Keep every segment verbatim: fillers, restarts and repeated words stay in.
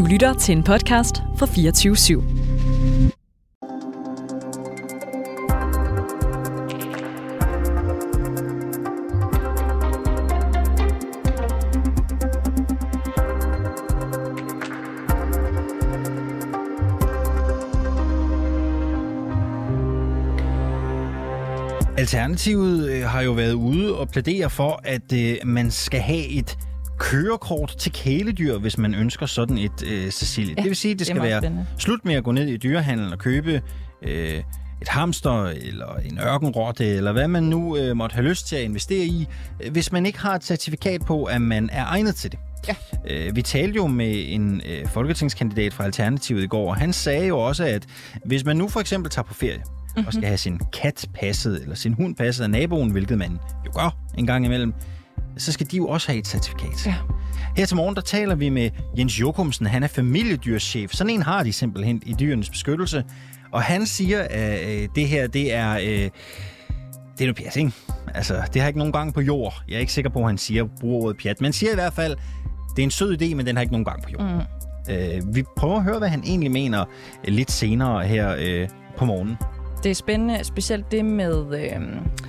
lytter til en podcast fra fireogtyve syv. Alternativet har jo været ude og plædere for, at øh, man skal have et kørekort til kæledyr, hvis man ønsker sådan et, øh, Cecilie. Ja, det vil sige, at det skal det være spændende. Slut med at gå ned i dyrehandlen og købe øh, et hamster eller en ørkenrotte, eller hvad man nu øh, måtte have lyst til at investere i, hvis man ikke har et certifikat på, at man er egnet til det. Ja. Øh, vi talte jo med en øh, folketingskandidat fra Alternativet i går, og han sagde jo også, at hvis man nu for eksempel tager på ferie, mm-hmm. og skal have sin kat passet, eller sin hund passet af naboen, hvilket man jo gør en gang imellem, så skal de jo også have et certifikat. Ja. Her til morgen, der taler vi med Jens Jokumsen. Han er familiedyrschef. Sådan en har de simpelthen i Dyrenes Beskyttelse. Og han siger, at øh, det her, det er... Øh, det er noget pjat, ikke? Altså, det har ikke nogen gang på jord. Jeg er ikke sikker på, at han siger, bruger ordet pjat. Men han siger i hvert fald, det er en sød idé, men den har ikke nogen gang på jord. Mm. Øh, vi prøver at høre, hvad han egentlig mener lidt senere her øh, på morgenen. Det er spændende, specielt det med, øh,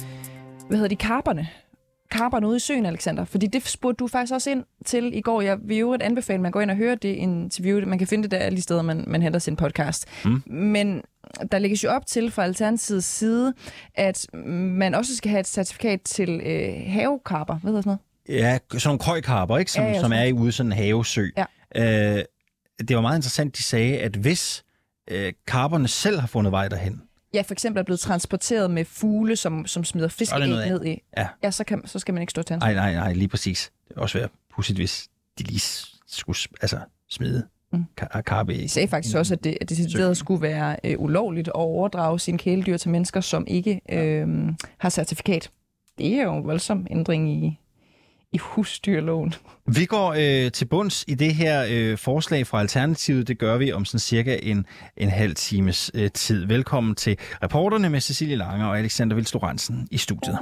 hvad hedder de, karperne. Karperne ude i søen, Alexander. Fordi det spurgte du faktisk også ind til i går. Jeg vil jo et anbefale, at man går ind og hører det interview. Man kan finde det der alle de steder, man, man henter sin podcast. Mm. Men der lægges jo op til fra Alternativets side, at man også skal have et certifikat til øh, havekarper. Hvad hedder sådan noget? Ja, sådan nogle køjkarper, ikke? Som, ja, ja, som er ude i sådan en havesø. Ja. Øh, det var meget interessant, de sagde, at hvis øh, karperne selv har fundet vej derhen, ja, for eksempel er blevet transporteret med fugle, som, som smider fiskeæg ned i. Ja, ja så, kan, så skal man ikke stå til ansvar. Nej, nej, nej, lige præcis. Det vil også være pudsigt, hvis de lige skulle altså, smide mm. kar- karpe i. De sagde faktisk også, at det, at det skulle være øh, ulovligt at overdrage sine kæledyr til mennesker, som ikke øh, har certifikat. Det er jo en voldsom ændring i, i husdyrloven. Vi går øh, til bunds i det her øh, forslag fra Alternativet. Det gør vi om sådan cirka en, en halv times øh, tid. Velkommen til reporterne med Cecilie Lange og Alexander Vilst Lorentzen i studiet.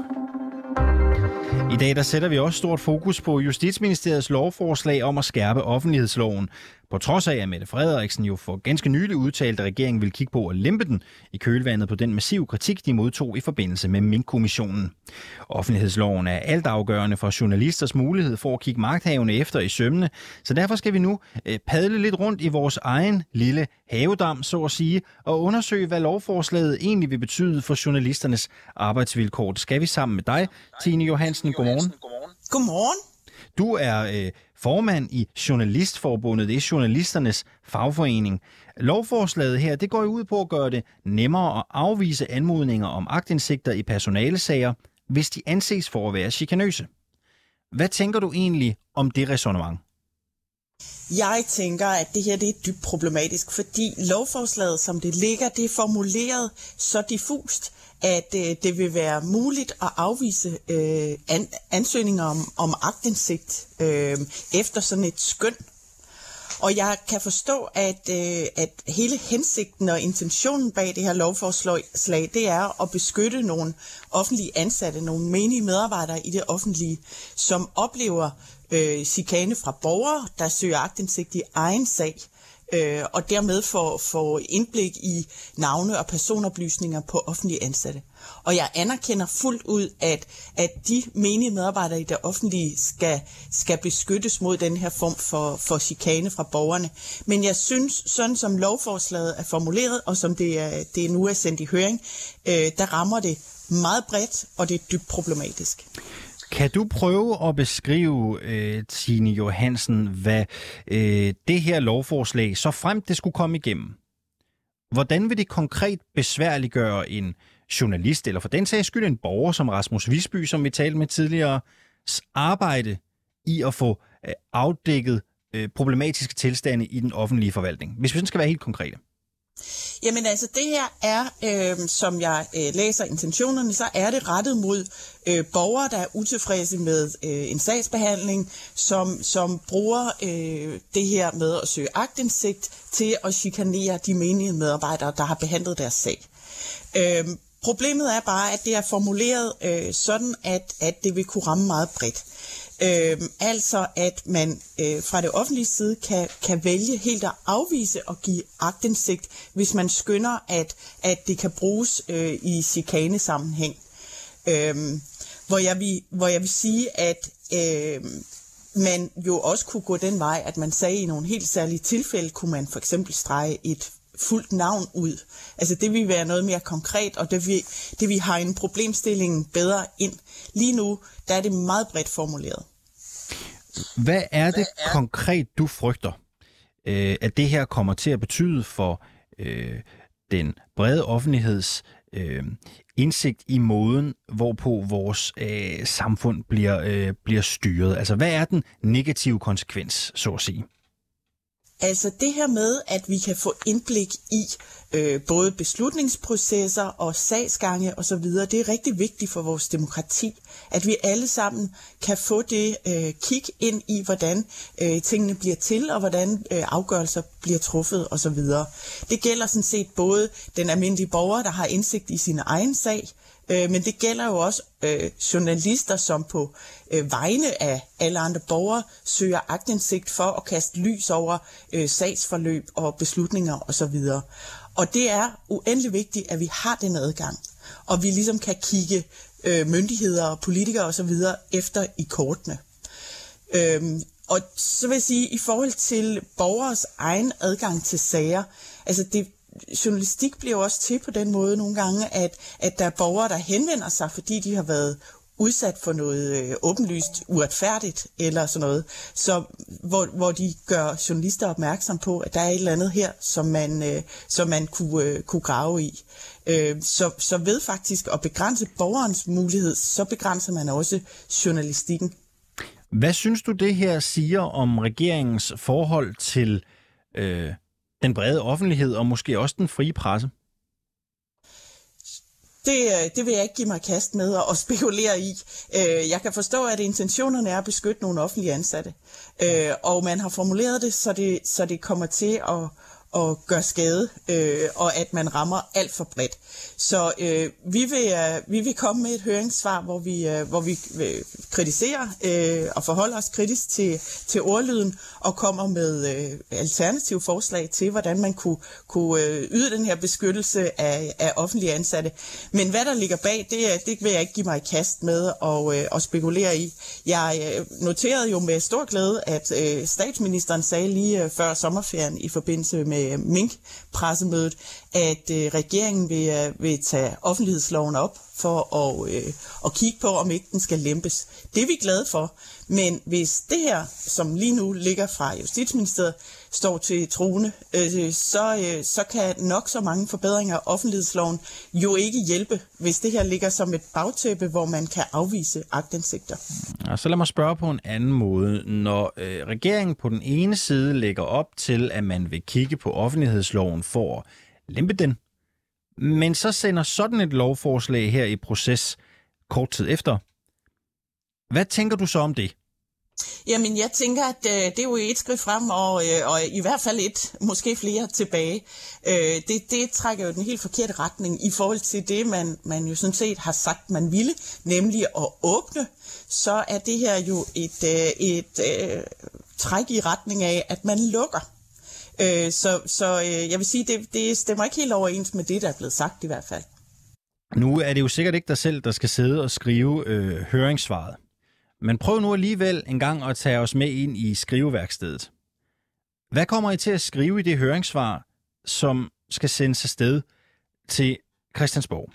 I dag der sætter vi også stort fokus på Justitsministeriets lovforslag om at skærpe offentlighedsloven. På trods af, at Mette Frederiksen jo for ganske nylig udtalte, at regeringen vil kigge på at lempe den i kølvandet på den massive kritik, de modtog i forbindelse med Mink-kommissionen. Offentlighedsloven er altafgørende for journalisters mulighed for at kigge magthavende efter i sømmene, så derfor skal vi nu øh, padle lidt rundt i vores egen lille havedam, så at sige, og undersøge, hvad lovforslaget egentlig vil betyde for journalisternes arbejdsvilkår. Det skal vi sammen med dig, Tine Johansen. Godmorgen. Godmorgen. Du er øh, formand i Journalistforbundet, det er journalisternes fagforening. Lovforslaget her, det går jo ud på at gøre det nemmere at afvise anmodninger om aktindsigter i personalesager, hvis de anses for at være chikanøse. Hvad tænker du egentlig om det ræsonnement? Jeg tænker, at det her det er dybt problematisk, fordi lovforslaget, som det ligger, det er formuleret så diffust, at øh, det vil være muligt at afvise øh, an, ansøgninger om, om aktindsigt øh, efter sådan et skøn. Og jeg kan forstå, at, øh, at hele hensigten og intentionen bag det her lovforslag, det er at beskytte nogle offentlige ansatte, nogle menige medarbejdere i det offentlige, som oplever øh, chikane fra borgere, der søger aktindsigt i egen sag. Øh, og dermed få, få indblik i navne og personoplysninger på offentlige ansatte. Og jeg anerkender fuldt ud, at, at de menige medarbejdere i det offentlige skal, skal beskyttes mod den her form for, for chikane fra borgerne. Men jeg synes, sådan som lovforslaget er formuleret, og som det, er, det nu er sendt i høring, øh, der rammer det meget bredt, og det er dybt problematisk. Kan du prøve at beskrive, øh, Tine Johansen, hvad øh, det her lovforslag, så fremt det skulle komme igennem, hvordan vil det konkret besværliggøre en journalist, eller for den sags skyld en borger som Rasmus Visby, som vi talte med tidligere, arbejde i at få øh, afdækket øh, problematiske tilstande i den offentlige forvaltning? Hvis vi sådan skal være helt konkrete. Jamen altså, det her er, øh, som jeg øh, læser intentionerne, så er det rettet mod øh, borgere, der er utilfredse med øh, en sagsbehandling, som, som bruger øh, det her med at søge aktindsigt til at chikanere de menige medarbejdere, der har behandlet deres sag. Øh, problemet er bare, at det er formuleret øh, sådan, at, at det vil kunne ramme meget bredt. Øh, altså at man øh, fra det offentlige side kan, kan vælge helt at afvise og give aktindsigt, hvis man skønner, at, at det kan bruges øh, i chikanesammenhæng. Øh, hvor, jeg vil, hvor jeg vil sige, at øh, man jo også kunne gå den vej, at man sagde, at i nogle helt særlige tilfælde kunne man for eksempel strege et fuldt navn ud. Altså det vil være noget mere konkret, og det vil, det vil have en problemstilling bedre ind. Lige nu, der er det meget bredt formuleret. Hvad er det konkret, du frygter, øh, at det her kommer til at betyde for øh, den brede offentligheds øh, indsigt i måden, hvorpå vores øh, samfund bliver, øh, bliver styret? Altså, hvad er den negative konsekvens, så at sige? Altså det her med, at vi kan få indblik i øh, både beslutningsprocesser og sagsgange osv., det er rigtig vigtigt for vores demokrati, at vi alle sammen kan få det øh, kig ind i, hvordan øh, tingene bliver til, og hvordan øh, afgørelser bliver truffet osv. Det gælder sådan set både den almindelige borger, der har indsigt i sin egen sag, øh, men det gælder jo også øh, journalister, som på øh, vegne af alle andre borgere søger aktindsigt for at kaste lys over øh, sagsforløb og beslutninger osv. Og det er uendelig vigtigt, at vi har den adgang, og vi ligesom kan kigge øh, myndigheder og politikere osv. efter i kortene. Øhm, og så vil jeg sige, i forhold til borgers egen adgang til sager, altså det journalistik bliver jo også til på den måde nogle gange, at, at der er borgere, der henvender sig, fordi de har været udsat for noget øh, åbenlyst uretfærdigt eller sådan noget, så, hvor, hvor de gør journalister opmærksom på, at der er et eller andet her, som man, øh, som man kunne, øh, kunne grave i. Øh, så, så ved faktisk at begrænse borgerens mulighed, så begrænser man også journalistikken. Hvad synes du, det her siger om regeringens forhold til øh, den brede offentlighed og måske også den frie presse? Det, det vil jeg ikke give mig kast med og spekulere i. Jeg kan forstå, at intentionerne er at beskytte nogle offentlige ansatte. Og man har formuleret det, så det, så det kommer til at, at gøre skade, og at man rammer alt for bredt. Så øh, vi, vil, vi vil komme med et høringssvar, hvor vi, hvor vi kritiserer øh, og forholder os kritisk til, til ordlyden og kommer med øh, alternative forslag til, hvordan man kunne, kunne øh, yde den her beskyttelse af, af offentlige ansatte. Men hvad der ligger bag, det, det vil jeg ikke give mig i kast med og, øh, og spekulere i. Jeg øh, noterede jo med stor glæde, at øh, statsministeren sagde lige øh, før sommerferien i forbindelse med Mink-pressemødet, at øh, regeringen vil, øh, vil tage offentlighedsloven op for at, øh, at kigge på, om ikke den skal lempes. Det er vi glade for, men hvis det her, som lige nu ligger fra Justitsministeriet, står til troende, øh, så, øh, så kan nok så mange forbedringer af offentlighedsloven jo ikke hjælpe, hvis det her ligger som et bagtæppe, hvor man kan afvise aktindsigter. Og så lad mig spørge på en anden måde. Når øh, regeringen på den ene side lægger op til, at man vil kigge på offentlighedsloven for at lempe den, men så sender sådan et lovforslag her i proces kort tid efter. Hvad tænker du så om det? Jamen, jeg tænker, at øh, det er jo et skridt frem, og, øh, og i hvert fald et, måske flere tilbage. Øh, det, det trækker jo den helt forkerte retning i forhold til det, man, man jo sådan set har sagt, man ville, nemlig at åbne. Så er det her jo et, øh, et øh, træk i retning af, at man lukker. Øh, så så øh, jeg vil sige, det, det stemmer ikke helt overens med det, der er blevet sagt i hvert fald. Nu er det jo sikkert ikke dig selv, der skal sidde og skrive øh, høringssvaret. Men prøv nu alligevel en gang at tage os med ind i skriveværkstedet. Hvad kommer I til at skrive i det høringssvar, som skal sendes afsted til Christiansborg?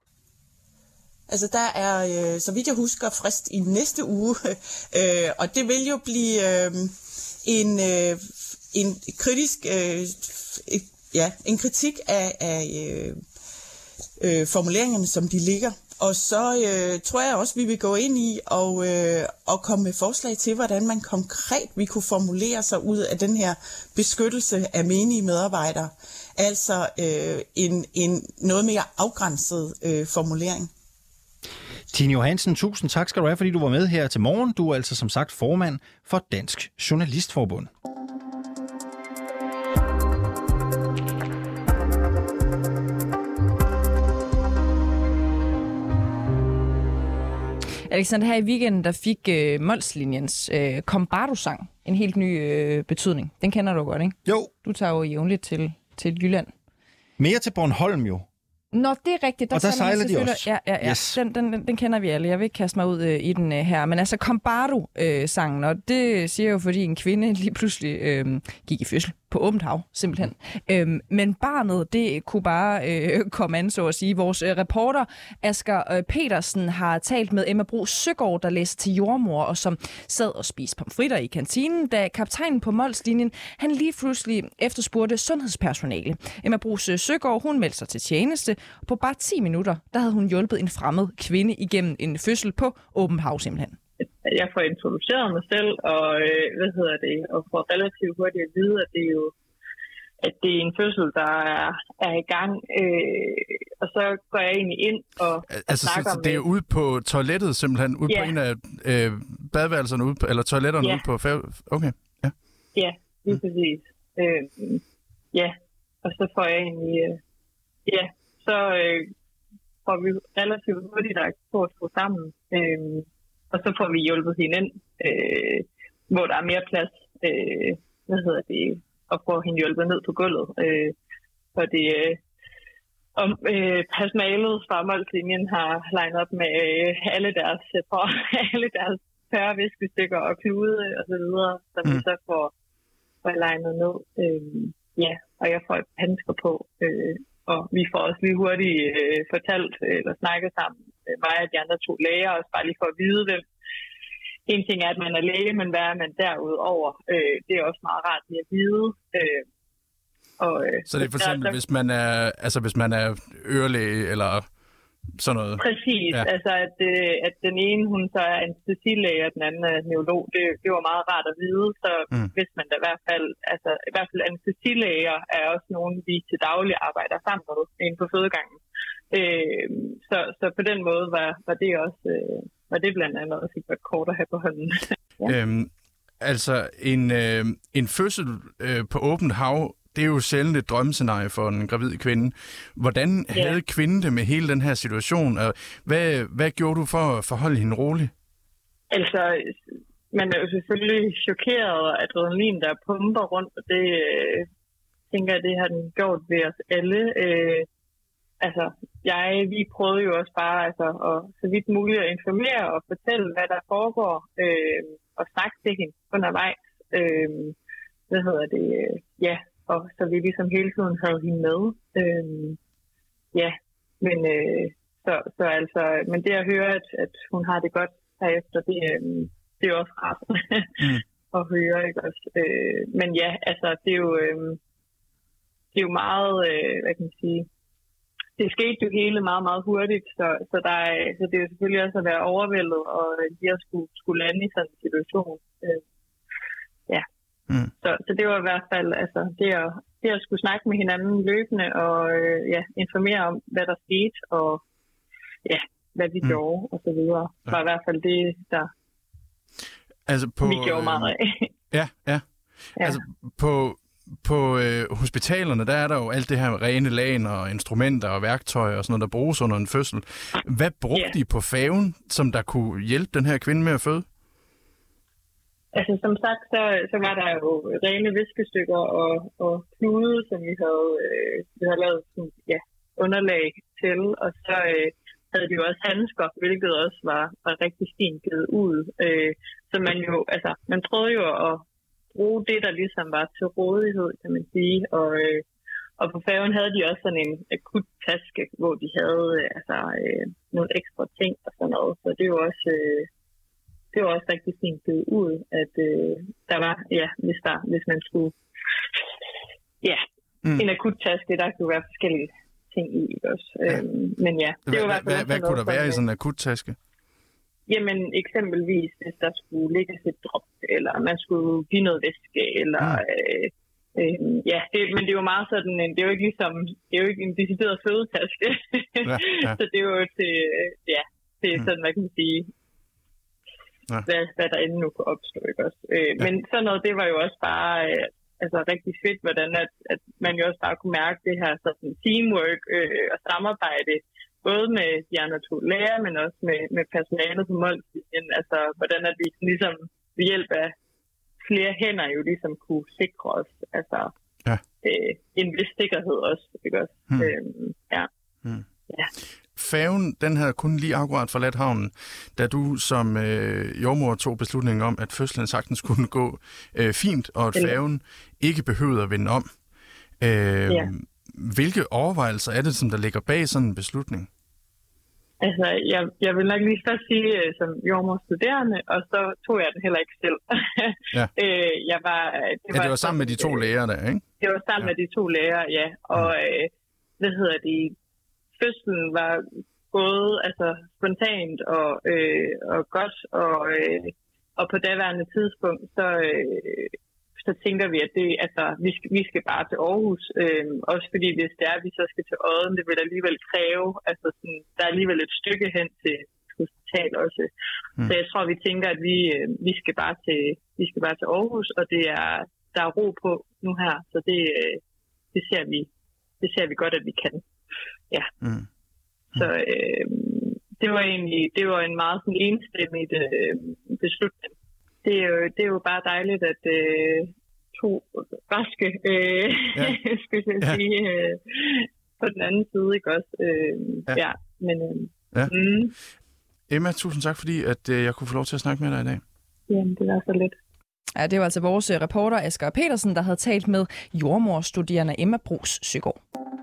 Altså der er, øh, så vidt jeg husker, frist i næste uge, øh, og det vil jo blive øh, en, øh, en kritisk, øh, et, ja, en kritik af, af øh, øh, formuleringerne, som de ligger. Og så øh, tror jeg også, vi vil gå ind i og, øh, og komme med forslag til, hvordan man konkret vi kunne formulere sig ud af den her beskyttelse af menige medarbejdere. Altså øh, en, en noget mere afgrænset øh, formulering. Tine Johansen, tusind tak skal du have, fordi du var med her til morgen. Du er altså som sagt formand for Dansk Journalistforbund. Alexander, her i weekenden, der fik øh, Molslinjens øh, Kombardo-sang en helt ny øh, betydning. Den kender du godt, ikke? Jo. Du tager jo jævnligt til, til Jylland. Mere til Bornholm jo. Nå, det er rigtigt. Der og der sejler de også. Ja, ja, ja. Yes. Den, den, den, den kender vi alle. Jeg vil ikke kaste mig ud øh, i den øh, her. Men altså, Kombardo-sangen, øh, og det siger jeg jo, fordi en kvinde lige pludselig øh, gik i fødsel på åbent hav, simpelthen. Øhm, men barnet, det kunne bare øh, komme an, så at sige. Vores øh, reporter, Asger øh, Petersen, har talt med Emma Bro Søgaard, der læste til jordmor, og som sad og spiste pomfritter i kantinen, da kaptajnen på Molslinjen, han lige pludselig efterspurgte sundhedspersonale. Emma Bro Søgaard, hun meldte sig til tjeneste. På bare ti minutter, der havde hun hjulpet en fremmed kvinde igennem en fødsel på åbent hav, simpelthen. Jeg får introduceret mig selv, og øh, hvad hedder det, og får relativt hurtigt at vide, at det er jo at det er en fødsel, der er, er i gang. Øh, og så går jeg egentlig ind og, altså, og snakker så, så det er ude på toilettet simpelthen, ude yeah. på en af øh, badeværelserne, ude på, eller toiletterne yeah. ude på færd... Okay, ja. Ja, lige præcis. Øh, ja, og så får jeg egentlig... Øh, ja, så øh, får vi relativt hurtigt lagt på at stå sammen. Øh, Og så får vi hjulpet hende ind, øh, hvor der er mere plads, øh, hvad hedder det, og får hende hjulpet ned på gulvet. Øh, og det, øh, og, øh, personalet fra Molslinjen har legnet op med øh, alle deres, for, alle deres fyrre viskestykker og klude og så videre, som mm. vi så får, får legnet ned. Øh, ja, og jeg får et handsker på, øh, og vi får også lige hurtigt øh, fortalt eller snakket sammen, mig og de andre to læger, også bare lige for at vide, hvem. En ting er, at man er læge, men hvad er man derudover? Øh, det er også meget rart lige at vide. Øh, og, øh, så det er for eksempel, der, der, hvis man er, altså hvis man er ørelæge eller sådan noget? Præcis. Ja. Altså, at, øh, at den ene, hun så er anestesilæge, og den anden er neurolog. Det, det var meget rart at vide. Så mm. hvis man da i hvert fald, altså i hvert fald anestesilæger er også nogen, vi til daglig arbejder sammen med inde på fødegangen. Øh, så, så på den måde var, var det også øh, var det blandt andet også et kort at have på hånden. Ja. øhm, altså en, øh, en fødsel øh, på åbent hav, det er jo sjældent et drømmescenarie for en gravid kvinde. Hvordan ja. havde kvinden det med hele den her situation, og hvad, hvad gjorde du for at forholde hende rolig? Altså, man er jo selvfølgelig chokeret, og adrenalin, der pumper rundt, og det øh, tænker jeg, det har den gjort ved os alle. Øh, Altså, jeg, vi prøvede jo også bare altså, at, så vidt muligt at informere og fortælle, hvad der foregår, øh, og snakke til hende undervejs. Øh, hvad hedder det? Ja, og så vi ligesom hele tiden havde hende med. Øh, ja, men, øh, så, så altså, men det at høre, at, at hun har det godt herefter, det, øh, det er jo også rart mm. at høre, ikke også? Øh, men ja, altså, det er jo, øh, det er jo meget, øh, hvad kan man sige, det skete jo hele meget, meget hurtigt, så, så, der er, så det er jo selvfølgelig også at være overvældet og lige at skulle, skulle lande i sådan en situation. Øh, ja. Mm. Så, så det var i hvert fald altså, det, at, det at skulle snakke med hinanden løbende og øh, ja, informere om, hvad der skete og ja, hvad vi mm. gjorde og så videre. Det var i hvert fald det, der altså på, vi gjorde meget af. Ja, ja. ja. Altså på... På øh, hospitalerne, der er der jo alt det her rene lagen og instrumenter og værktøjer og sådan noget, der bruges under en fødsel. Hvad brugte yeah. de på færgen, som der kunne hjælpe den her kvinde med at føde? Altså som sagt, så, så var der jo rene viskestykker og, og klude, som vi havde, øh, vi havde lavet sådan, ja, underlag til, og så øh, havde de jo også handsker, hvilket også var, var rigtig fint givet ud. Øh, så man jo, altså, man prøvede jo at bruge det, der ligesom var til rådighed, kan man sige. Og, øh, og på færgen havde de også sådan en akut taske, hvor de havde øh, altså, øh, nogle ekstra ting og sådan noget. Så det var også, øh, det var også rigtig fint givet ud, at øh, der var, ja, hvis, der, hvis man skulle, ja, mm. en akut taske, der kunne være forskellige ting i også. Ja. Øhm, men ja, det var i hvert fald Hvad, hvad kunne der være i sådan en akut taske? Jamen eksempelvis, hvis der skulle lægges et drop, eller man skulle give noget væske, eller mm. øh, øh, ja, det, men det er jo meget sådan, det er jo ikke ligesom, det er jo ikke en decideret fødetaske, ja, ja. Så det er jo til, ja, det er sådan, mm. hvad kan man sige, ja. hvad, hvad der endnu nu kunne opstå, ikke også? Øh, ja. Men sådan noget, det var jo også bare, øh, altså rigtig fedt, hvordan at, at man jo også bare kunne mærke det her sådan teamwork øh, og samarbejde, både med de andre to læger, men også med, med personalet på målslinjen. Altså, hvordan at vi ligesom ved hjælp af flere hænder jo ligesom kunne sikre os altså, ja. øh, en vis sikkerhed også. Ikke også? Hmm. Øhm, ja. Hmm. ja. Færgen, den havde kun lige akkurat forladt havnen, da du som øh, jordmor tog beslutningen om, at fødslen sagtens kunne gå øh, fint, og at færgen ikke behøvede at vende om. Øh, ja. Hvilke overvejelser er det, som der ligger bag sådan en beslutning? Altså, jeg, jeg vil nok lige først sige uh, som jordmorstuderende, og så tog jeg den heller ikke selv. Ja. øh, jeg var, det, ja, var det var sammen med de to læger der, ikke? Det var sammen ja. med de to læger, ja. Og øh, hvad hedder det? Fødslen var gået altså, spontant og, øh, og godt, og, øh, og på daværende tidspunkt, så... Øh, så tænker vi, at det, altså, vi, skal, vi skal bare til Aarhus. Øhm, også fordi hvis det er, at vi så skal til Odden, det vil alligevel kræve, altså sådan, der er alligevel et stykke hen til hospital også. Mm. Så jeg tror, vi tænker, at vi, øh, vi, skal bare til, vi skal bare til Aarhus, og det er, der er ro på nu her, så det, øh, det, ser, vi, det ser vi godt, at vi kan. Ja. Mm. Mm. Så øh, det var egentlig det var en meget sådan enstemmig øh, beslutning. Det er, jo, det er jo bare dejligt, at øh, to raske, øh, ja. skal jeg ja. sige, øh, på den anden side, ikke også? Øh, ja. ja, men... Øh, ja. Mm. Emma, tusind tak, fordi at, øh, jeg kunne få lov til at snakke med dig i dag. Jamen, det var så lidt. Ja, det var altså vores reporter Asger Petersen, der havde talt med jordmorstuderende Emma Bruus Søgaard.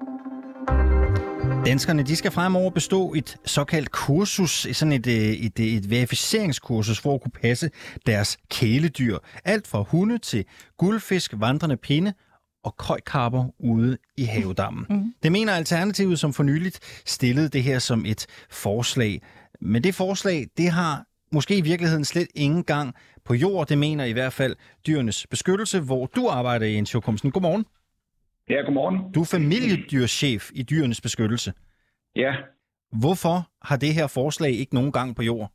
Danskerne de skal fremover bestå et såkaldt kursus, sådan et, et, et verificeringskursus for at kunne passe deres kæledyr. Alt fra hunde til guldfisk, vandrende pinde og køjkarper ude i havedammen. Mm. Det mener Alternativet, som for nyligt stillede det her som et forslag. Men det forslag, det har måske i virkeligheden slet ingen gang på jord. Det mener i hvert fald Dyrenes Beskyttelse, hvor du arbejder i Jens Jokumsen. Godmorgen. Ja, godmorgen. Du er familiedyrchef i Dyrenes Beskyttelse. Ja. Hvorfor har det her forslag ikke nogen gang på jord?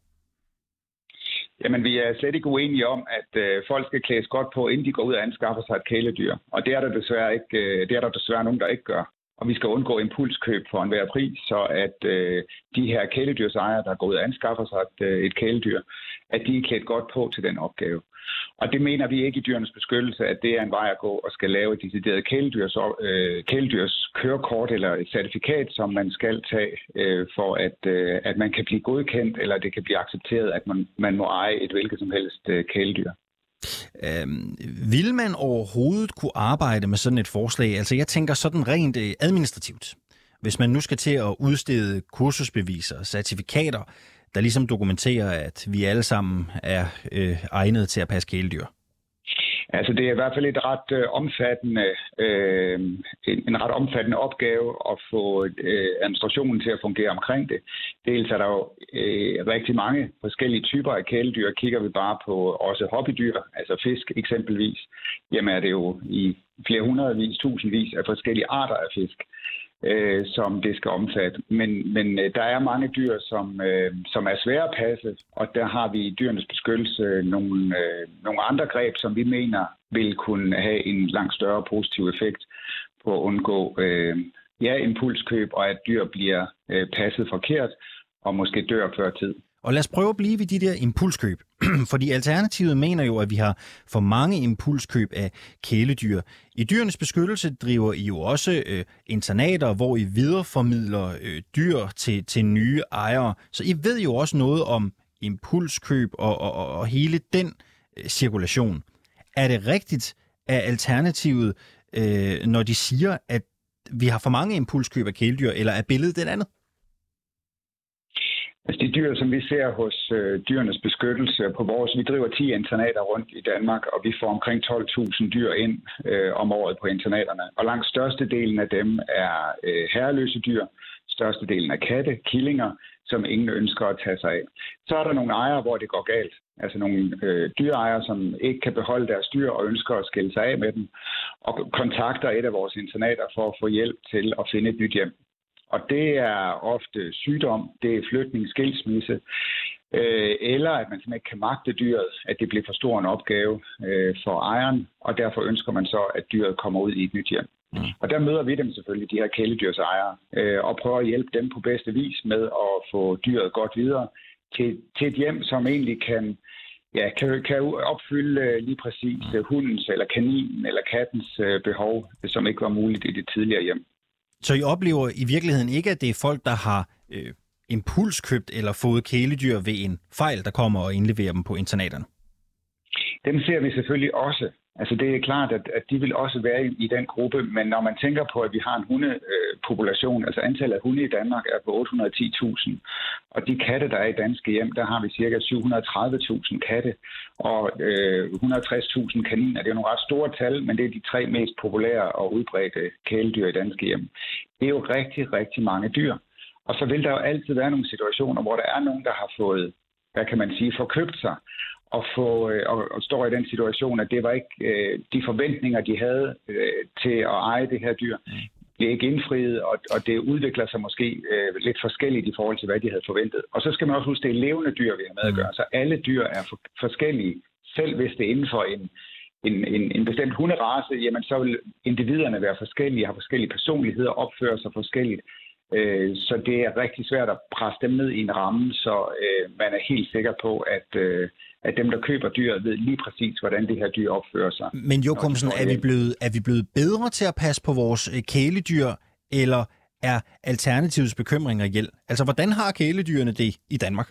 Jamen, vi er slet ikke uenige om, at øh, folk skal klædes godt på, inden de går ud og anskaffer sig et kæledyr. Og det er der desværre ikke, øh, det er der desværre nogen, der ikke gør. Og vi skal undgå impulskøb for enhver pris, så at øh, de her kæledyrsejere, der går ud og anskaffer sig et, øh, et kæledyr, at de er klædt godt på til den opgave. Og det mener vi ikke i Dyrenes Beskyttelse, at det er en vej at gå og skal lave et decideret kæledyrs, øh, kæledyrs kørekort eller et certifikat, som man skal tage øh, for, at, øh, at man kan blive godkendt, eller det kan blive accepteret, at man, man må eje et hvilket som helst øh, kæledyr. Øhm, vil man overhovedet kunne arbejde med sådan et forslag? Altså jeg tænker sådan rent øh, administrativt. Hvis man nu skal til at udstede kursusbeviser, certifikater, der ligesom dokumenterer, at vi alle sammen er øh, egnet til at passe kæledyr. Altså det er i hvert fald et ret øh, omfattende, øh, en, en ret omfattende opgave at få øh, administrationen til at fungere omkring det. Dels er der jo øh, rigtig mange forskellige typer af kæledyr. Kigger vi bare på også hobbydyr, altså fisk eksempelvis, jamen er det jo i flere hundredvis, tusindvis af forskellige arter af fisk, øh, som det skal omfatte. Men, men øh, der er mange dyr, som, øh, som er svære at passe, og der har vi i Dyrenes Beskyttelse nogle, øh, nogle andre greb, som vi mener vil kunne have en langt større positiv effekt på at undgå øh, ja, impulskøb, og at dyr bliver øh, passet forkert og måske dør før tid. Og lad os prøve at blive ved de der impulskøb. Fordi Alternativet mener jo, at vi har for mange impulskøb af kæledyr. I Dyrenes Beskyttelse driver I jo også øh, internater, hvor I videreformidler øh, dyr til, til nye ejere. Så I ved jo også noget om impulskøb og, og, og hele den øh, cirkulation. Er det rigtigt af Alternativet, øh, når de siger, at vi har for mange impulskøb af kæledyr, eller er billedet det andet? Altså de dyr, som vi ser hos øh, Dyrenes Beskyttelse på vores, vi driver ti internater rundt i Danmark, og vi får omkring tolv tusind dyr ind øh, om året på internaterne. Og langt størstedelen af dem er øh, herreløse dyr, størstedelen er katte, killinger, som ingen ønsker at tage sig af. Så er der nogle ejere, hvor det går galt. Altså nogle øh, dyreejere, som ikke kan beholde deres dyr og ønsker at skille sig af med dem, og kontakter et af vores internater for at få hjælp til at finde et nyt hjem. Og det er ofte sygdom, det er flytning, skilsmisse, øh, eller at man simpelthen ikke kan magte dyret, at det bliver for stor en opgave øh, for ejeren, og derfor ønsker man så, at dyret kommer ud i et nyt hjem. Mm. Og der møder vi dem selvfølgelig, de her kæledyrsejere, øh, og prøver at hjælpe dem på bedste vis med at få dyret godt videre til, til et hjem, som egentlig kan, ja, kan, kan opfylde øh, lige præcis øh, hundens eller kaninen eller kattens øh, behov, som ikke var muligt i det tidligere hjem. Så I oplever i virkeligheden ikke, at det er folk, der har øh, impulskøbt eller fået kæledyr ved en fejl, der kommer og indleverer dem på internaterne? Dem ser vi selvfølgelig også. Altså det er klart, at, at de vil også være i, i den gruppe, men når man tænker på, at vi har en hundepopulation, altså antallet af hunde i Danmark er på otte hundrede og ti tusind, og de katte, der er i danske hjem, der har vi cirka syv hundrede og tredive tusind katte, og øh, et hundrede og tres tusind kaniner. Det er jo nogle ret store tal, men det er de tre mest populære og udbredte kæledyr i danske hjem. Det er jo rigtig, rigtig mange dyr. Og så vil der jo altid være nogle situationer, hvor der er nogen, der har fået, hvad kan man sige, forkøbt sig, og, få, og, og står i den situation, at det var ikke øh, de forventninger, de havde øh, til at eje det her dyr, bliver ikke indfriet, og, og det udvikler sig måske øh, lidt forskelligt i forhold til, hvad de havde forventet. Og så skal man også huske, det er levende dyr, vi har med at gøre, så alle dyr er for, forskellige, selv hvis det er inden for en, en, en, en bestemt hunderace, jamen så vil individerne være forskellige, har forskellige personligheder, opfører sig forskelligt. Så det er rigtig svært at presse dem ned i en ramme, så øh, man er helt sikker på, at, øh, at dem, der køber dyret, ved lige præcis, hvordan det her dyr opfører sig. Men Jochumsen, er vi blevet, er vi blevet bedre til at passe på vores kæledyr, eller er alternativets bekymringer hjælp? Altså, hvordan har kæledyrene det i Danmark?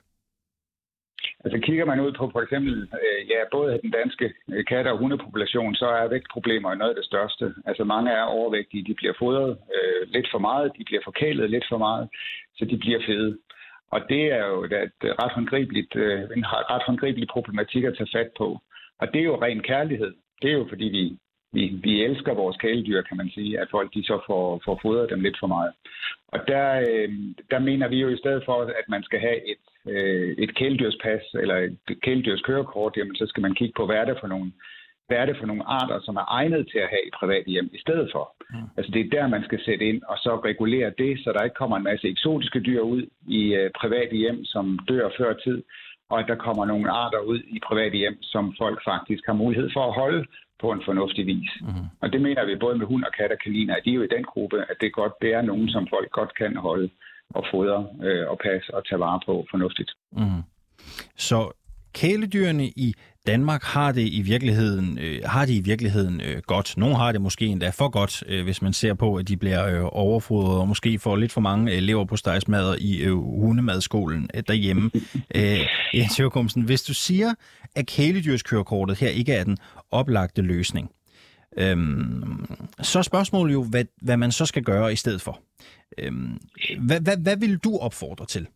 Altså kigger man ud på for eksempel øh, ja, både den danske katte- og hundepopulation, så er vægtproblemer noget af det største. Altså mange er overvægtige, de bliver fodret øh, lidt for meget, de bliver forkælet lidt for meget, så de bliver fede. Og det er jo et ret håndgribeligt, øh, en ret håndgribelig problematik at tage fat på. Og det er jo ren kærlighed. Det er jo fordi vi, vi, vi elsker vores kæledyr, kan man sige, at folk de så får, får fodret dem lidt for meget. Og der, øh, der mener vi jo i stedet for, at man skal have et et kæledyrspas eller et kæledyrskørekort, jamen så skal man kigge på, hvad er det for nogle, hvad er det for nogle arter, som er egnet til at have i private hjem i stedet for. Mm. Altså det er der, man skal sætte ind og så regulere det, så der ikke kommer en masse eksotiske dyr ud i uh, private hjem, som dør før tid, og at der kommer nogle arter ud i private hjem, som folk faktisk har mulighed for at holde på en fornuftig vis. Mm. Og det mener vi både med hund og kat og kaniner, at de er jo i den gruppe, at det, godt, det er nogen, som folk godt kan holde og fodre øh, og passe og tage vare på fornuftigt. Mm. Så kæledyrene i Danmark har det i virkeligheden øh, har det i virkeligheden øh, godt. Nogle har det måske endda for godt, øh, hvis man ser på, at de bliver øh, overfodret og måske får lidt for mange øh, leverpostejsmadder i øh, hundemadskolen øh, derhjemme. øh, Jens Jochumsen, hvis du siger, at kæledyrskørekortet her ikke er den oplagte løsning, Øhm, så er spørgsmålet jo, hvad, hvad man så skal gøre i stedet for. Øhm, hvad, hvad, hvad vil du opfordre til?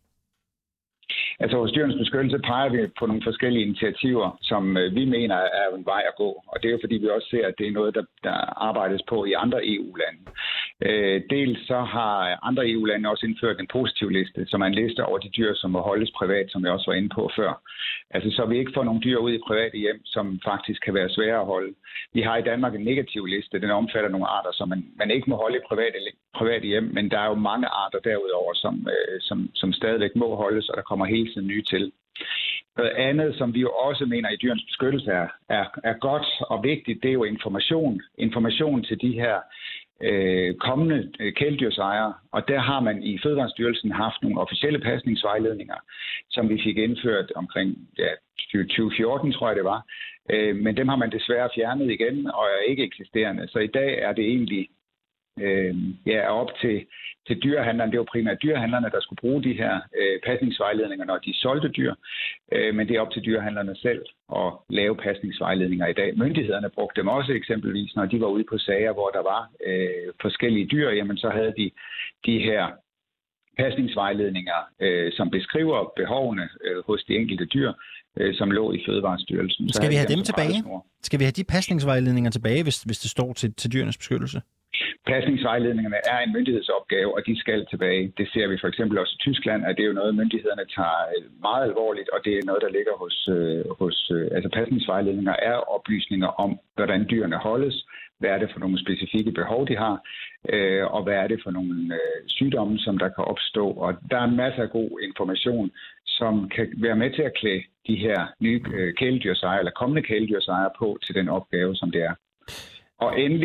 Altså hos Dyrenes Beskyttelse peger vi på nogle forskellige initiativer, som vi mener er en vej at gå. Og det er jo fordi, vi også ser, at det er noget, der, der arbejdes på i andre E U-lande. Øh, dels så har andre E U-lande også indført en positiv liste, som er en liste over de dyr, som må holdes privat, som jeg også var inde på før. Altså så vi ikke får nogle dyr ud i private hjem, som faktisk kan være svære at holde. Vi har i Danmark en negativ liste, den omfatter nogle arter, som man, man ikke må holde i private, private hjem, men der er jo mange arter derudover, som, øh, som, som stadigvæk må holdes, og der kommer hele tiden nye til. Noget andet, som vi jo også mener i Dyrenes Beskyttelse er, er, er godt og vigtigt, det er jo information. Information til de her øh, kommende kæledyrsejere, og der har man i Fødevarestyrelsen haft nogle officielle pasningsvejledninger, som vi fik indført omkring ja, tyve fjorten, tror jeg det var. Øh, men dem har man desværre fjernet igen og er ikke eksisterende. Så i dag er det egentlig øh, ja, op til, til dyrehandlerne. Det var primært dyrehandlerne, der skulle bruge de her øh, pasningsvejledninger, når de solgte dyr. Øh, men det er op til dyrehandlerne selv at lave pasningsvejledninger i dag. Myndighederne brugte dem også eksempelvis, når de var ude på sager, hvor der var øh, forskellige dyr. Jamen så havde de de her pasningsvejledninger, øh, som beskriver behovene øh, hos de enkelte dyr, øh, som lå i Fødevarestyrelsen. Skal vi have dem tilbage? Skal vi have de pasningsvejledninger tilbage, hvis, hvis det står til, til Dyrenes Beskyttelse? Pasningsvejledningerne er en myndighedsopgave, og de skal tilbage. Det ser vi for eksempel også i Tyskland, at det er jo noget, myndighederne tager meget alvorligt, og det er noget, der ligger hos... Øh, hos øh, altså pasningsvejledninger er oplysninger om, hvordan dyrene holdes, hvad er det for nogle specifikke behov, de har, øh, og hvad er det for nogle øh, sygdomme, som der kan opstå. Og der er masser af god information, som kan være med til at klæde de her nye øh, kæledyrsejere, eller kommende kæledyrsejere på til den opgave, som det er. Og endelig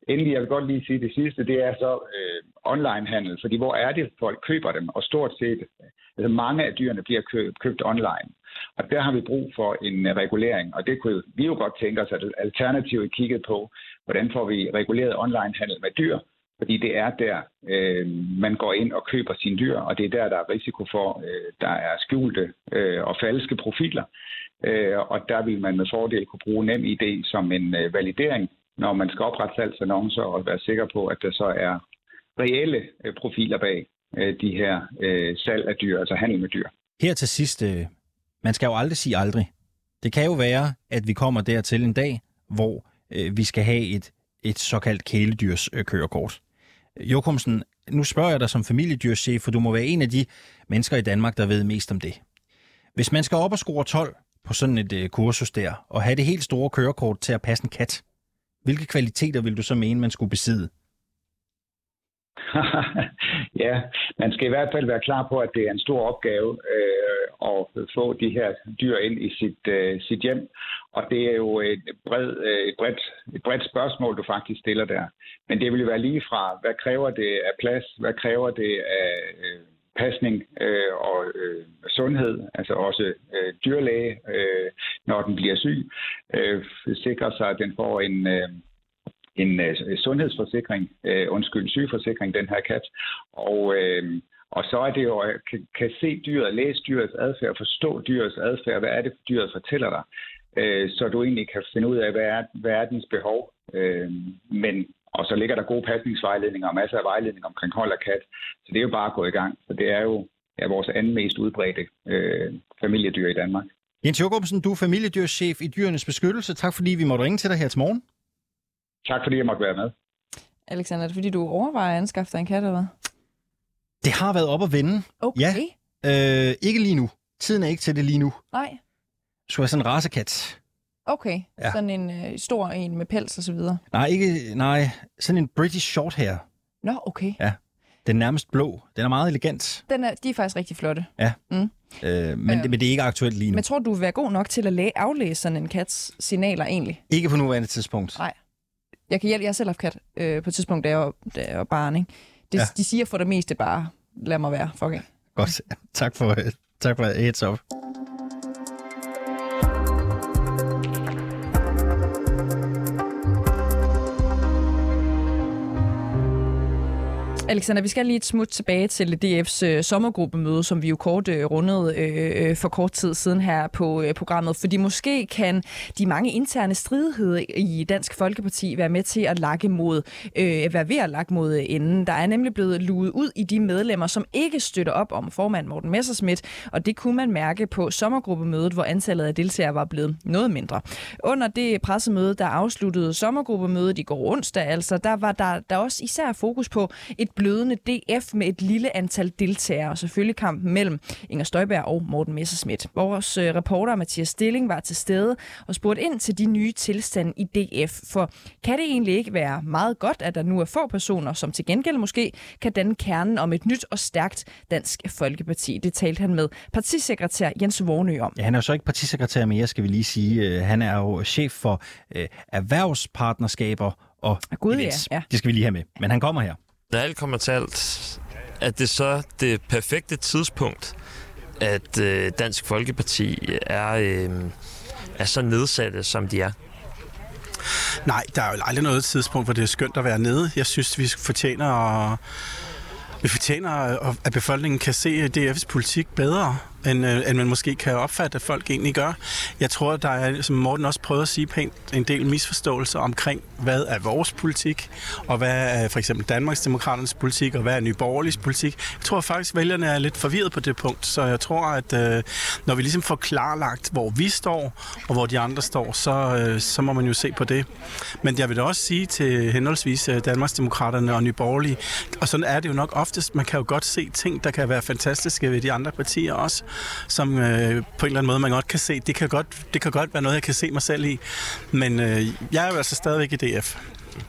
endelig, jeg vil godt lige sige det sidste, det er så øh, onlinehandel, fordi hvor er det, folk køber dem? Og stort set, altså mange af dyrene bliver købt, købt online. Og der har vi brug for en uh, regulering, og det kunne vi jo godt tænke os, at alternativet kiggede på, hvordan får vi reguleret onlinehandel med dyr, fordi det er der, øh, man går ind og køber sine dyr, og det er der, der er risiko for, øh, der er skjulte øh, og falske profiler. Øh, og der vil man med fordel kunne bruge NemID som en øh, validering, når man skal oprette salgsannoncer og være sikker på, at der så er reelle øh, profiler bag øh, de her øh, salg af dyr, altså handel med dyr. Her til sidst, øh, man skal jo aldrig sige aldrig. Det kan jo være, at vi kommer dertil en dag, hvor øh, vi skal have et, et såkaldt kæledyrs øh, kørekort. Jokumsen, nu spørger jeg dig som familiedyrschef, for du må være en af de mennesker i Danmark, der ved mest om det. Hvis man skal op og score tolv på sådan et øh, kursus der, og have det helt store kørekort til at passe en kat, hvilke kvaliteter vil du så mene, man skulle besidde? Ja, man skal i hvert fald være klar på, at det er en stor opgave øh, at få de her dyr ind i sit, øh, sit hjem. Og det er jo et, bred, et, bredt, et bredt spørgsmål, du faktisk stiller der. Men det vil jo være lige fra, hvad kræver det af plads, hvad kræver det af øh, pasning øh, og øh, sundhed, altså også øh, dyrlæge, øh, når den bliver syg, øh, sikrer sig, at den får en... Øh, en øh, sundhedsforsikring, øh, undskyld, sygeforsikring, den her kat. Og, øh, og så er det jo, at kan, kan se dyret, læse dyrets adfærd, forstå dyrets adfærd, hvad er det, dyret fortæller dig, øh, så du egentlig kan finde ud af, hvad er, hvad er dens behov. Øh, men, og så ligger der gode pasningsvejledninger og masser af vejledninger omkring hold af kat. Så det er jo bare at gå i gang. Så det er jo ja, vores anden mest udbredte øh, familiedyr i Danmark. Jens Jokumsen, du er familiedyrschef i Dyrenes Beskyttelse. Tak fordi vi måtte ringe til dig her til morgen. Tak fordi jeg måtte være med. Alexander, er det fordi, du overvejer at anskaffe dig en kat, eller hvad? Det har været op at vende. Okay. Ja. Øh, ikke lige nu. Tiden er ikke til det lige nu. Nej. Så er sådan en racekat. Okay. Ja. Sådan en øh, stor en med pels og så videre. Nej, ikke, nej. Sådan en British Shorthair. Nå, okay. Ja. Den er nærmest blå. Den er meget elegant. Den er, de er faktisk rigtig flotte. Ja. Mm. Øh, men, øh, det, men det er ikke aktuelt lige nu. Men tror du, du vil være god nok til at læ- aflæse sådan en kats signaler egentlig? Ikke på nuværende tidspunkt. Nej. Jeg kan hjælpe, jeg har selv haft kat øh, på et tidspunkt, da jeg var, da jeg var barn, ikke? Det, ja. De siger for det meste bare, lad mig være, fuck okay. Godt, tak for, tak for heads up. Alexander, vi skal lige et smut tilbage til D F's øh, sommergruppemøde, som vi jo kort øh, rundede øh, for kort tid siden her på øh, programmet. Fordi måske kan de mange interne stridigheder i Dansk Folkeparti være med til at lakke mod, øh, være ved at lakke mod enden. Der er nemlig blevet luet ud i de medlemmer, som ikke støtter op om formand Morten Messerschmidt, og det kunne man mærke på sommergruppemødet, hvor antallet af deltagere var blevet noget mindre. Under det pressemøde, der afsluttede sommergruppemødet i går onsdag, altså, der var der, der også især fokus på et blødende D F med et lille antal deltagere, og selvfølgelig kampen mellem Inger Støjberg og Morten Messerschmidt. Vores øh, reporter Mathias Stilling var til stede og spurgte ind til de nye tilstande i D F, for kan det egentlig ikke være meget godt, at der nu er få personer, som til gengæld måske kan danne kernen om et nyt og stærkt Dansk Folkeparti? Det talte han med partisekretær Jens Vornø om. Ja, han er jo så ikke partisekretær mere, skal vi lige sige. Han er jo chef for øh, erhvervspartnerskaber og God, ja. Ja. Det skal vi lige have med, men han kommer her. Når alt kommer til alt, er det så det perfekte tidspunkt, at øh, Dansk Folkeparti er, øh, er så nedsatte, som de er? Nej, der er jo aldrig noget tidspunkt, hvor det er skønt at være nede. Jeg synes, vi fortjener at, vi fortjener, at befolkningen kan se D F's politik bedre, end, end man måske kan opfatte, at folk egentlig gør. Jeg tror, der er, som Morten også prøvede at sige pænt, en del misforståelser omkring, hvad er vores politik, og hvad er for eksempel Danmarksdemokraternes politik, og hvad er Nye Borgerliges politik. Jeg tror faktisk, vælgerne er lidt forvirret på det punkt, så jeg tror, at øh, når vi ligesom får klarlagt, hvor vi står, og hvor de andre står, så, øh, så må man jo se på det. Men jeg vil da også sige til henholdsvis Danmarksdemokraterne og Nye Borgerlige, og sådan er det jo nok oftest, man kan jo godt se ting, der kan være fantastiske ved de andre partier også, som øh, på en eller anden måde man godt kan se. Det kan godt, det kan godt være noget, jeg kan se mig selv i. Men øh, jeg er jo altså stadigvæk i D F. Det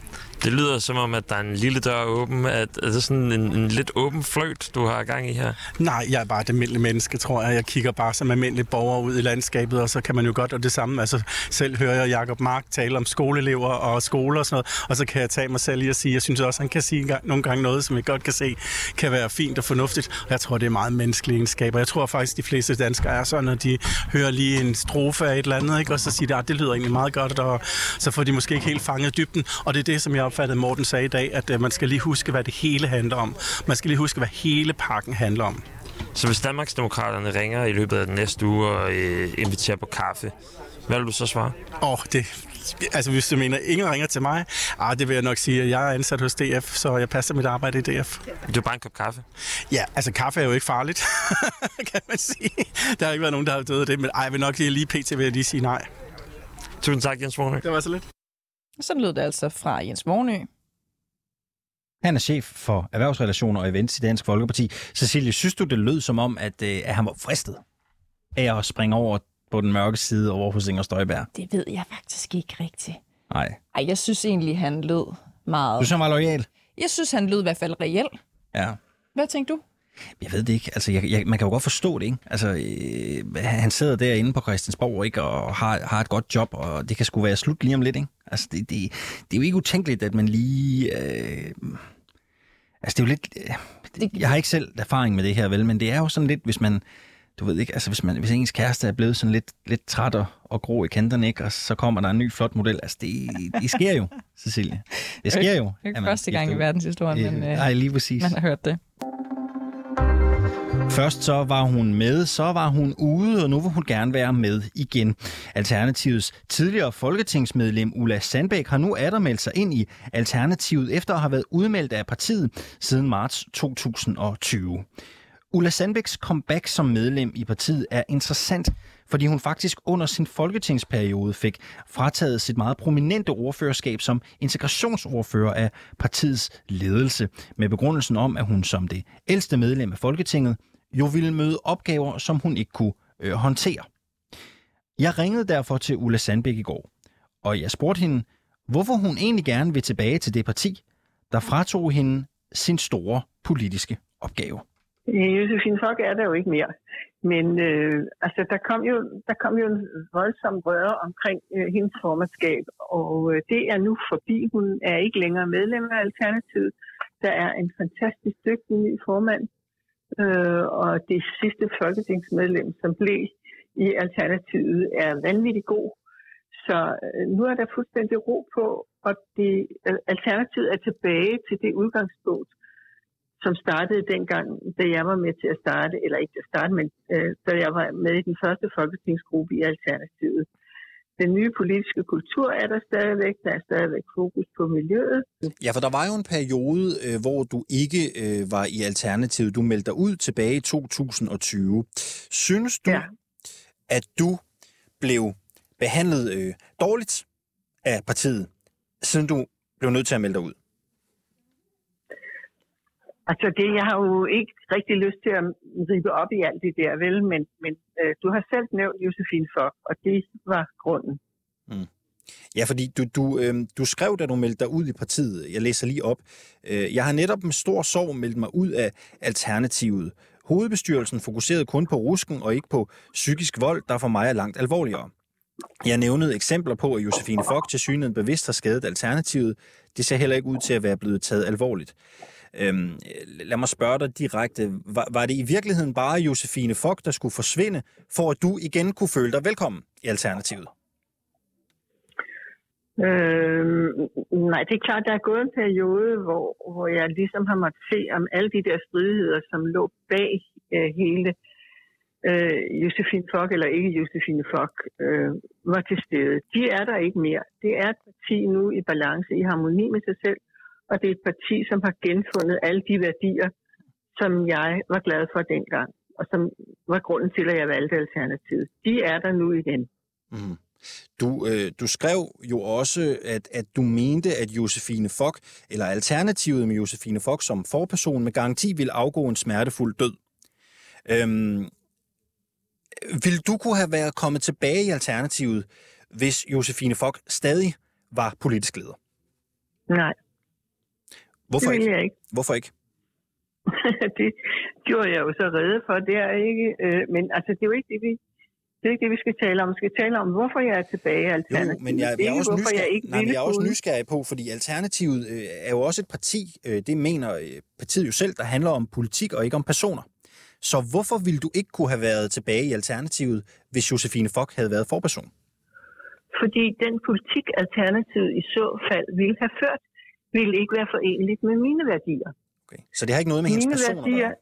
Det lyder som om, at der er en lille dør åben. At, er det sådan en, en lidt åben fløjt, du har gang i her? Nej, jeg er bare et almindeligt menneske, tror jeg. Jeg kigger bare som almindelig borger ud i landskabet, og så kan man jo godt, og det samme, altså selv hører jeg Jacob Mark tale om skoleelever og skoler og sådan noget, og så kan jeg tage mig selv i at sige, jeg synes også, han kan sige en gang, nogle gange noget, som jeg godt kan se, kan være fint og fornuftigt, og jeg tror, det er meget menneskelige egenskaber. Jeg tror faktisk, de fleste danskere er sådan, når de hører lige en strofe af et eller andet, ikke? Og så siger de, at det lyder egentlig meget godt, og så får de måske ikke helt fanget dybden, og det er det, som jeg opfattede, Morten sagde i dag, at man skal lige huske, hvad det hele handler om. Man skal lige huske, hvad hele pakken handler om. Så hvis Danmarksdemokraterne ringer i løbet af den næste uge og øh, inviterer på kaffe, hvad vil du så svare? Åh, oh, det... Altså, hvis du mener, ingen ringer til mig, ah, det vil jeg nok sige, at jeg er ansat hos D F, så jeg passer mit arbejde i D F. Det er bare en kop kaffe? Ja, altså kaffe er jo ikke farligt, kan man sige. Der har ikke været nogen, der har døde af det, men ej, jeg vil nok lige pt. Vil jeg lige sige nej. Tusind tak, Jens Mornø. Det var så lidt. Sådan lød det altså fra Jens Mornø. Han er chef for erhvervsrelationer og events i Dansk Folkeparti. Cecilie, synes du, det lød som om, at, at han var fristet af at springe over på den mørke side over hos Inger Støjberg? Det ved jeg faktisk ikke rigtigt. Nej. Ej, jeg synes egentlig, han lød meget... Du synes, han var loyal? Jeg synes, han lød i hvert fald reel. Ja. Hvad tænkte du? Jeg ved det ikke. Altså, jeg, jeg, man kan jo godt forstå det, ikke? Altså, øh, han sidder derinde på Christiansborg, ikke? Og har, har et godt job, og det kan sgu være slut lige om lidt, ikke? Altså, det, det, det er jo ikke utænkeligt, at man lige... Øh... Altså, det er jo lidt... Øh... Jeg har ikke selv erfaring med det her, vel? Men det er jo sådan lidt, hvis man... Du ved ikke, altså hvis, man, hvis ens kæreste er blevet sådan lidt, lidt træt og, og grå i kanterne, ikke? Og så kommer der en ny flot model. Altså, det, det sker jo, Cecilie. Det sker jo. Det er ikke første gang i verdenshistorien, men nej, lige præcis. Man har hørt det. Først så var hun med, så var hun ude, og nu vil hun gerne være med igen. Alternativets tidligere folketingsmedlem Ulla Sandbæk har nu atter sig ind i Alternativet, efter at have været udmeldt af partiet siden marts to tusind og tyve. Ulla Sandbæks comeback som medlem i partiet er interessant, fordi hun faktisk under sin folketingsperiode fik frataget sit meget prominente ordførerskab som integrationsordfører af partiets ledelse, med begrundelsen om, at hun som det ældste medlem af Folketinget jo ville møde opgaver, som hun ikke kunne øh, håndtere. Jeg ringede derfor til Ulla Sandbæk i går, og jeg spurgte hende, hvorfor hun egentlig gerne vil tilbage til det parti, der fratog hende sin store politiske opgave. Josefine Fock er der jo ikke mere, men øh, altså, der, kom jo, der kom jo en voldsom røre omkring øh, hendes formandskab, og øh, det er nu forbi. Hun er ikke længere medlem af Alternativet. Der er en fantastisk dygtig ny formand, øh, og det sidste folketingsmedlem, som blev i Alternativet, er vanvittigt god. Så øh, nu er der fuldstændig ro på, og det, øh, Alternativet er tilbage til det udgangspunkt, som startede dengang, da jeg var med til at starte, eller ikke at starte, men øh, da jeg var med i den første folketingsgruppe i Alternativet. Den nye politiske kultur er der stadigvæk, der er stadigvæk fokus på miljøet. Ja, for der var jo en periode, øh, hvor du ikke øh, var i Alternativet. Du meldte dig ud tilbage i to tusind og tyve. Synes du, ja. at du blev behandlet øh, dårligt af partiet, siden du blev nødt til at melde dig ud? Altså det, jeg har jo ikke rigtig lyst til at ribe op i alt det der, vel, men, men øh, du har selv nævnt Josefine Fock, og det var grunden. Mm. Ja, fordi du, du, øh, du skrev, da du meldte dig ud i partiet, jeg læser lige op, øh, jeg har netop med stor sorg meldt mig ud af Alternativet. Hovedbestyrelsen fokuserede kun på rusken og ikke på psykisk vold, der for mig er langt alvorligere. Jeg nævnede eksempler på, at Josefine Fock til synligheden bevidst har skadet Alternativet. Det ser heller ikke ud til at være blevet taget alvorligt. Øhm, lad mig spørge dig direkte. Var, var det i virkeligheden bare Josefine Fock, der skulle forsvinde, for at du igen kunne føle dig velkommen i Alternativet? Øhm, nej, det er klart, der er gået en periode, hvor, hvor jeg ligesom har måttet se om alle de der stridigheder, som lå bag øh, hele øh, Josefine Fock, eller ikke Josefine Fock, øh, var til stede. De er der ikke mere. Det er et parti nu i balance, i harmoni med sig selv, og det er et parti, som har genfundet alle de værdier, som jeg var glad for dengang, og som var grunden til, at jeg valgte Alternativet. De er der nu igen. Mm. Du, øh, du skrev jo også, at, at du mente, at Josefine Fock, eller Alternativet med Josefine Fock som forperson, med garanti ville afgå en smertefuld død. Øhm, ville du kunne have været kommet tilbage i Alternativet, hvis Josefine Fock stadig var politisk leder? Nej. Hvorfor det vil ikke? jeg ikke. Hvorfor ikke? Det gjorde jeg jo så rede for, det er ikke. Øh, men altså, det er jo ikke det, vi, det er ikke det, vi skal tale om. Vi skal tale om, hvorfor jeg er tilbage i Alternativet. Jo, men jeg, jeg er også hvorfor nysgerrig, jeg ikke nej, men jeg er også kunne. nysgerrig på, fordi Alternativet øh, er jo også et parti, øh, det mener øh, partiet jo selv, der handler om politik og ikke om personer. Så hvorfor ville du ikke kunne have været tilbage i Alternativet, hvis Josephine Fock havde været forperson? Fordi den politik, Alternativet i så fald ville have ført, ville ikke være forenligt med mine værdier. Okay. Så det har ikke noget med hendes personer at gøre?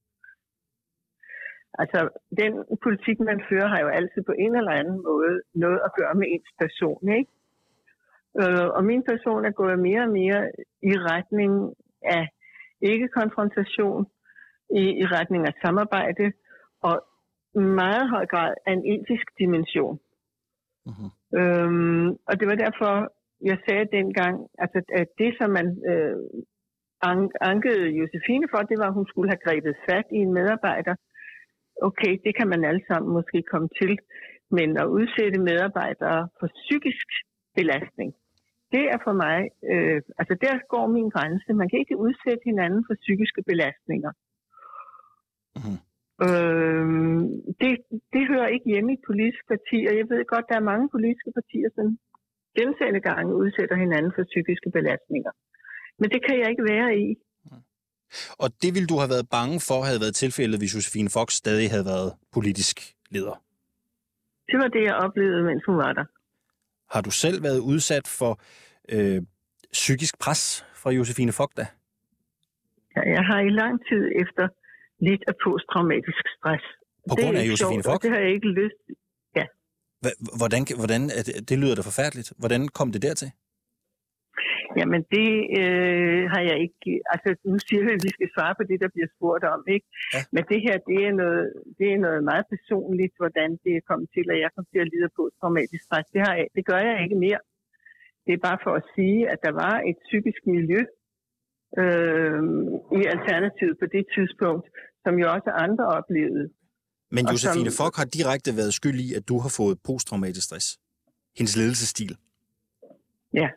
Altså, den politik, man fører, har jo altid på en eller anden måde noget at gøre med ens person, ikke? Øh, og min person er gået mere og mere i retning af ikke-konfrontation, i, i retning af samarbejde, og i meget høj grad af en etisk dimension. Uh-huh. Øhm, og det var derfor, jeg sagde dengang, altså, at det, som man øh, ankede Josephine for, det var, at hun skulle have grebet fat i en medarbejder. Okay, det kan man alle sammen måske komme til, men at udsætte medarbejdere for psykisk belastning, det er for mig, øh, altså der går min grænse. Man kan ikke udsætte hinanden for psykiske belastninger. Uh-huh. Øh, det, det hører ikke hjemme i et politisk parti, og jeg ved godt, der er mange politiske partier, som gentagne gange udsætter hinanden for psykiske belastninger. Men det kan jeg ikke være i. Og det ville du have været bange for, havde været tilfældet, hvis Josephine Fock stadig havde været politisk leder? Det var det, jeg oplevede, mens hun var der. Har du selv været udsat for øh, psykisk pres fra Josephine Fock da? Ja, jeg har i lang tid efter lidt af posttraumatisk stress. På grund af Josephine Fock? Det har jeg ikke lyst til. Ja. Hvordan, hvordan, det lyder da forfærdeligt. Hvordan kom det dertil? Jamen det øh, har jeg ikke, altså nu siger vi, at vi skal svare på det, der bliver spurgt om, ikke? Ja. Men det her, det er, noget, det er noget meget personligt, hvordan det er kommet til, at jeg kom til at lide på traumatisk stress. Det, har jeg, det gør jeg ikke mere. Det er bare for at sige, at der var et psykisk miljø øh, i Alternativet på det tidspunkt, som jo også andre oplevede. Men Josephine som, Fock har direkte været skyld i, at du har fået posttraumatisk stress. Hendes ledelsesstil. Ja.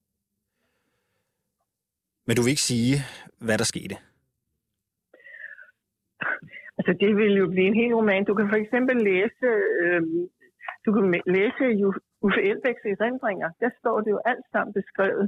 Men du vil ikke sige, hvad der skete? Altså, det vil jo blive en hel roman. Du kan for eksempel læse, øh, du kan læse Uffe Elbæks erindringer. Der står det jo alt sammen beskrevet.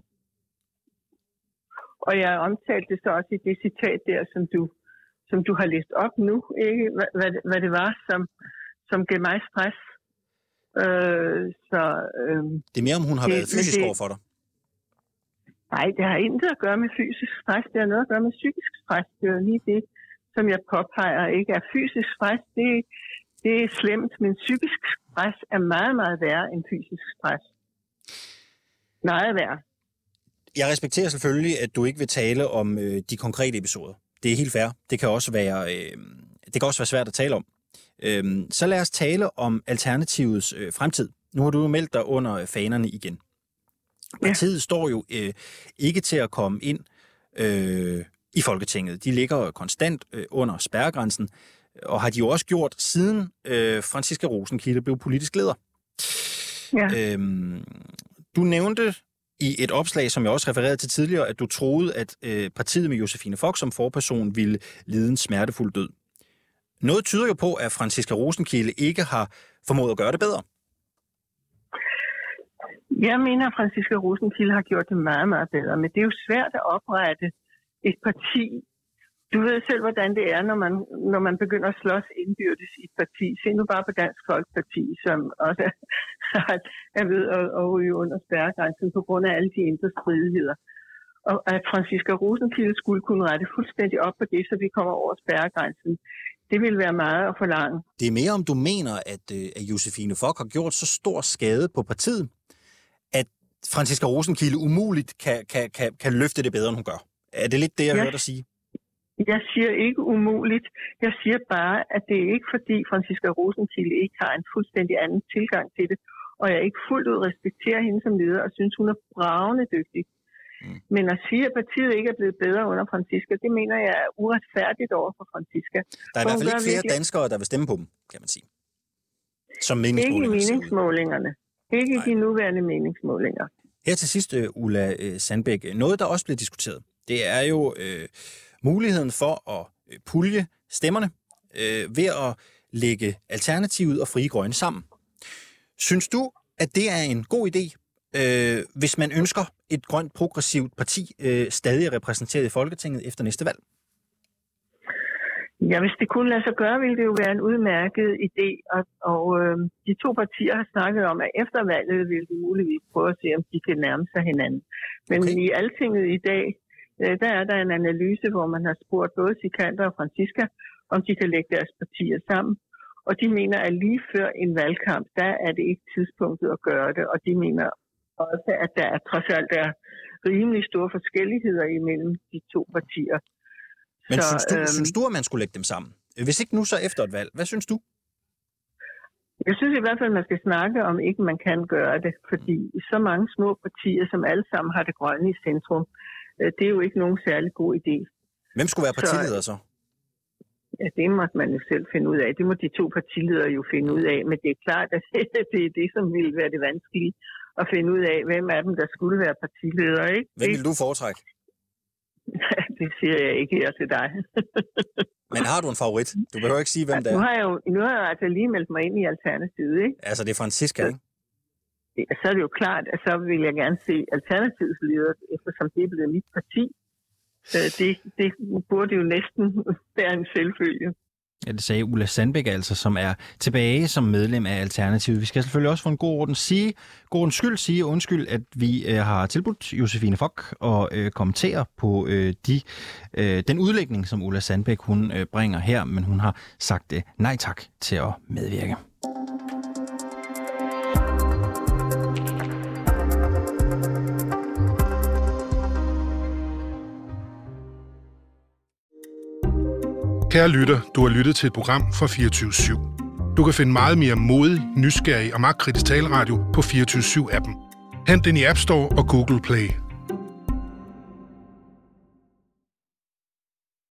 Og jeg omtalte det så også i det citat der, som du, som du har læst op nu, ikke? Hvad, hvad, hvad det var, som, som gav mig stress. Øh, så, øh, det er mere, om hun har det, været fysisk over for dig? Nej, det har intet at gøre med fysisk stress. Det har noget at gøre med psykisk stress. Det er lige det, som jeg påpeger, ikke er fysisk stress. Det, det er slemt, men psykisk stress er meget, meget værre end fysisk stress. Meget værre. Jeg respekterer selvfølgelig, at du ikke vil tale om øh, de konkrete episoder. Det er helt fair. Det kan også være, øh, det kan også være svært at tale om. Øh, så lad os tale om Alternativets øh, fremtid. Nu har du jo meldt dig under fanerne igen. Partiet ja. står jo øh, ikke til at komme ind øh, i Folketinget. De ligger konstant øh, under spærregrænsen, og har de jo også gjort siden øh, Franciska Rosenkilde blev politisk leder. Ja. Øhm, du nævnte i et opslag, som jeg også refererede til tidligere, at du troede, at øh, partiet med Josephine Fock som forperson ville lide en smertefuld død. Noget tyder jo på, at Franciska Rosenkilde ikke har formået at gøre det bedre. Jeg mener, at Franciska Rosenkilde har gjort det meget, meget bedre, men det er jo svært at oprette et parti. Du ved selv, hvordan det er, når man, når man begynder at slås indbyrdes i et parti. Se nu bare på Dansk Folkeparti, som også er, er ved at, at ryge under spærregrænsen på grund af alle de indre stridigheder. Og at Franciska Rosenkilde skulle kunne rette fuldstændig op på det, så vi kommer over spærregrænsen, det vil være meget at forlange. Det er mere, om du mener, at, at Josephine Fock har gjort så stor skade på partiet, at Franciska Rosenkilde umuligt kan, kan, kan, kan løfte det bedre, end hun gør. Er det lidt det, jeg ja. hørte dig sige? Jeg siger ikke umuligt. Jeg siger bare, at det er ikke fordi Franciska Rosenkilde ikke har en fuldstændig anden tilgang til det, og jeg ikke fuldt ud respekterer hende som leder, og synes, hun er bravende dygtig. Mm. Men at sige, at partiet ikke er blevet bedre under Franciska, det mener jeg er uretfærdigt over for Franciska. Der er i hvert fald ikke flere virkelig... danskere, der vil stemme på dem, kan man sige. Som meningsmålingerne. Ikke i meningsmålingerne. Ikke i de nuværende meningsmålinger. Her til sidst, Ulla Sandbæk, noget, der også blev diskuteret, det er jo øh, muligheden for at pulje stemmerne øh, ved at lægge Alternativet og Frie Grønne sammen. Synes du, at det er en god idé, øh, hvis man ønsker et grønt progressivt parti øh, stadig repræsenteret i Folketinget efter næste valg? Ja, hvis det kunne lade sig gøre, ville det jo være en udmærket idé, og, og øh, de to partier har snakket om, at efter valget vil de muligvis prøve at se, om de kan nærme sig hinanden. Men okay. I Altinget i dag, øh, der er der en analyse, hvor man har spurgt både Sikander og Franziska, om de kan lægge deres partier sammen. Og de mener, at lige før en valgkamp, der er det ikke tidspunktet at gøre det, og de mener også, at der er trods alt er rimelig store forskelligheder imellem de to partier. Men så, synes, du, øhm, synes du, at man skulle lægge dem sammen? Hvis ikke nu, så efter et valg. Hvad synes du? Jeg synes i hvert fald, at man skal snakke om, ikke man kan gøre det. Fordi så mange små partier, som alle sammen har det grønne i centrum, det er jo ikke nogen særlig god idé. Hvem skulle være partileder så? Ja, det måtte man jo selv finde ud af. Det må de to partiledere jo finde ud af. Men det er klart, at det er det, som ville være det vanskelige at finde ud af, hvem af dem, der skulle være partiledere. Ikke? Hvem vil du foretrække? Det siger jeg ikke her til dig. Men har du en favorit? Du behøver ikke sige, hvem det er. Nu har jeg jo nu har jeg altså lige meldt mig ind i Alternativet, ikke? Altså, det er Franziska, ikke? Ja, så er det jo klart, at så vil jeg gerne se Alternativets leder, eftersom det er blevet mit parti. Det, det burde jo næsten være en selvfølge. Ja, det sagde Ulla Sandbæk altså, som er tilbage som medlem af Alternativet. Vi skal selvfølgelig også for en god orden sige, god ordens skyld sige undskyld, at vi øh, har tilbudt Josefine Fock at øh, kommentere på øh, de, øh, den udlægning, som Ulla Sandbæk hun øh, bringer her, men hun har sagt øh, nej tak til at medvirke. Kære lytter, du har lyttet til et program fra fireogtyve syv. Du kan finde meget mere modig, nysgerrig og magtkritisk taleradio på fireogtyve syv appen. Hent den i App Store og Google Play.